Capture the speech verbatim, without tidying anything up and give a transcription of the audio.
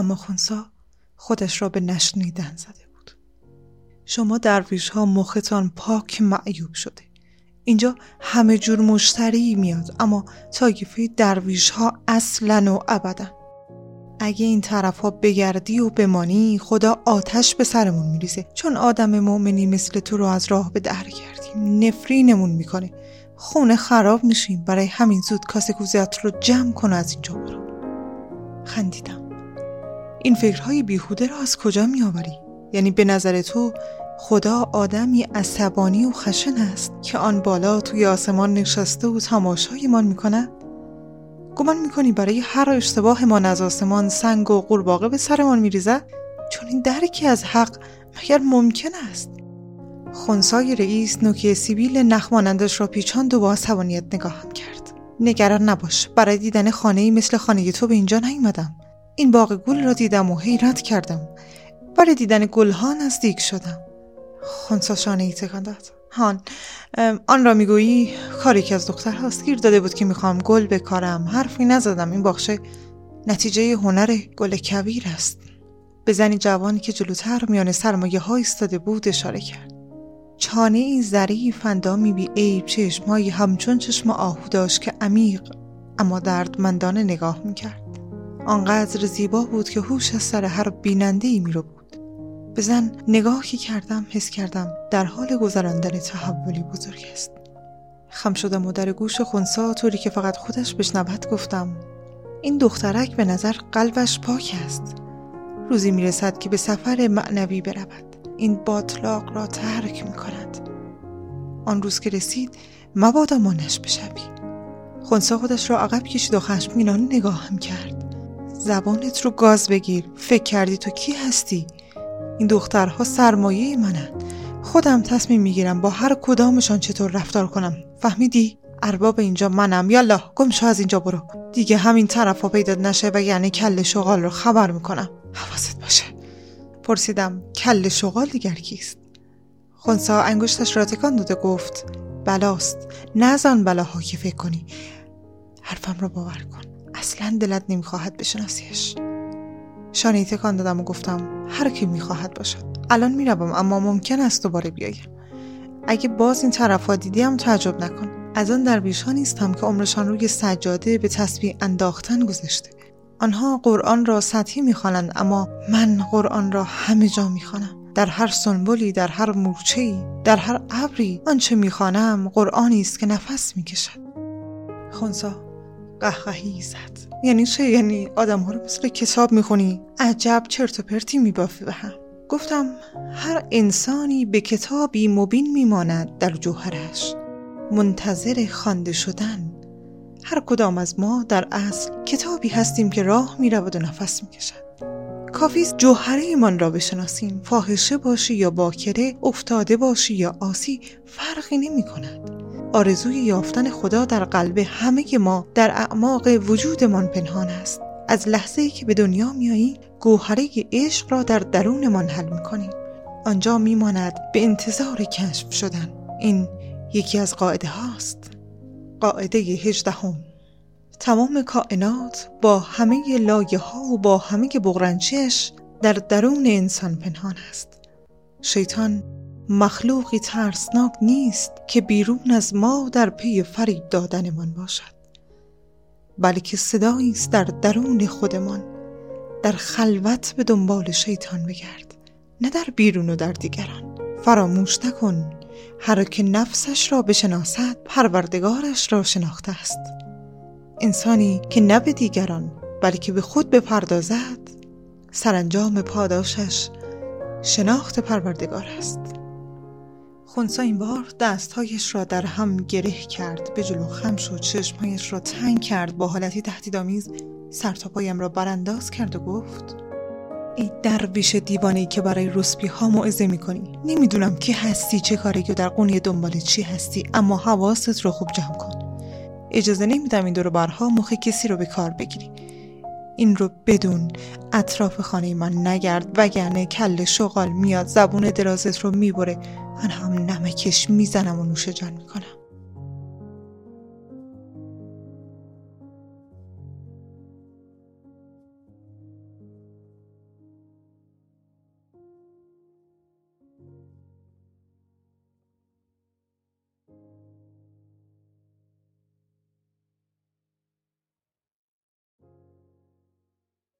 اما خنثی خودش را به نشنیدن زده بود. شما درویش ها مختان پاک معیوب شده. اینجا همه جور مشتری میاد، اما طایفه درویش ها اصلا و ابدا. اگه این طرف ها بگردی و بمانی خدا آتش به سرمون میریزه، چون آدم مؤمنی مثل تو رو از راه به در کردیم، نفرینمون میکنه، خونه خراب میشیم. برای همین زود کاسه کوزت رو جمع کن از اینجا برو. خندیدم. این فکرهای بیهوده رو از کجا میآوری؟ یعنی به نظر تو خدا آدمی عصبانی و خشن است که آن بالا توی آسمان نشسته و تماشایمان میکنه؟ گمان میکنی برای هر اشتباه ما از آسمان سنگ و قورباغه به سرمان میریزه؟ چون این درکی از حق مگر ممکن است؟ خنثی رئیس نوک سیبیل نخمانندش را پیچاند و با عصبانیت نگاهم کرد. نگران نباش، برای دیدن خانه‌ای مثل خانه تو به اینجا نیومدم. این باغ گل را دیدم و حیرت کردم. برای دیدن گلها نزدیک شدم. خنثی شانه‌ای تکان داد. هان، آن را میگویی؟ کاری که از دختر هاست گیر داده بود که میخوام گل بکارم. حرفی نزدم. این باغچه نتیجه هنر گل کویر است. به زنی جوانی که جلوتر میان سرمایه ها ایستاده بود اشاره کرد. چانه این ظریف اندامی بی عیب، چشمهایی همچون چشم آهو داشت که عمیق اما دردمندانه نگاه میکرد. آنقدر زیبا بود که هوش از سر هر بیننده‌ای میرو بود. به زن نگاهی کردم، حس کردم در حال گذراندن تحولی بزرگ است. خم شدم و در گوش خنثی طوری که فقط خودش بشنود گفتم: این دخترک به نظر قلبش پاک است. روزی میرسد که به سفر معنوی برود. این باطلاق را ترک میکند. آن روز که رسید مبادا مانش بشوی. خنثی خودش را عقب کشید و خشمگینانه نگاهم کرد. زبانت رو گاز بگیر. فکر کردی تو کی هستی؟ این دخترها سرمایه منند. خودم تصمیم میگیرم با هر کدامشان چطور رفتار کنم. فهمیدی؟ ارباب اینجا منم. یالا گم شو از اینجا برو. دیگه همین طرفا پیدا نشه و یعنی کل شغال رو خبر میکنم. حواست باشه. پرسیدم: کل شغال دیگر کیست؟ خنثی انگشتش را تکان داد و گفت: بلاست. نه از آن بلاها که فکر کنی. حرفم را باور کن. اصلا دلت نمیخواهد بشناسیش. شانه‌ای تکان دادم و گفتم: هر کی میخواهد باشد. الان میروم، اما ممکن است دوباره بیایم. اگه باز این طرفا دیدیم تعجب نکن. از آن درویشان نیستم که عمرشان روی سجاده به تسبیح انداختن گذشته. آنها قرآن را سطحی میخوانند، اما من قرآن را همه جا میخوانم. در هر سنبولی، در هر مورچه‌ای، در هر ابری. آنچه میخوانم قرآنی است که نفس میکشد. خنثی قهقهی زد. یعنی چه؟ یعنی آدم ها رو مثل کتاب میخونی؟ عجب چرت و پرتی میبافی به هم. گفتم: هر انسانی به کتابی مبین میماند در جوهرش، منتظر خوانده شدن. هر کدام از ما در اصل کتابی هستیم که راه میرود و نفس میکشد. کافی است جوهره من را بشناسیم. فاحشه باشی یا باکره، افتاده باشی یا عاصی، فرقی نمی کند. آرزوی یافتن خدا در قلب همه ما در اعماق وجودمان پنهان است. از لحظه‌ای که به دنیا میایی گوهره عشق را در درونمان حل میکنیم. آنجا میماند به انتظار کشف شدن. این یکی از قاعده هاست. قاعده هجدهم: تمام کائنات با همه لایه ها و با همه بغرنچیش در درون انسان پنهان است. شیطان مخلوقی ترسناک نیست که بیرون از ما در پی فریب دادنمان باشد، بلکه صدایی است در درون خودمان. در خلوت به دنبال شیطان بگرد، نه در بیرون و در دیگران. فراموش نکن هر که نفسش را بشناسد پروردگارش را شناخته است. انسانی که نه به دیگران بلکه به خود بپردازد، سرانجام پاداشش شناخت پروردگار است. خنثی این بار دستهایش را در هم گره کرد، به جلو خم شد، چشمهایش را تنگ کرد، با حالتی تهدیدآمیز سر تا پایم را برانداز کرد و گفت: ای درویش دیوانه‌ای که برای رسبی ها موعظه میکنی، نمیدونم کی هستی، چه کاری و در قونی دنبال چی هستی، اما حواست رو خوب جمع کن. اجازه نمیدم این دور برها مخ کسی رو به کار بگیری. این رو بدون، اطراف خانه من نگرد، وگرنه کل شغال میاد زبون درازت رو میبره، من هم نمکش میزنم و نوش جان میکنم.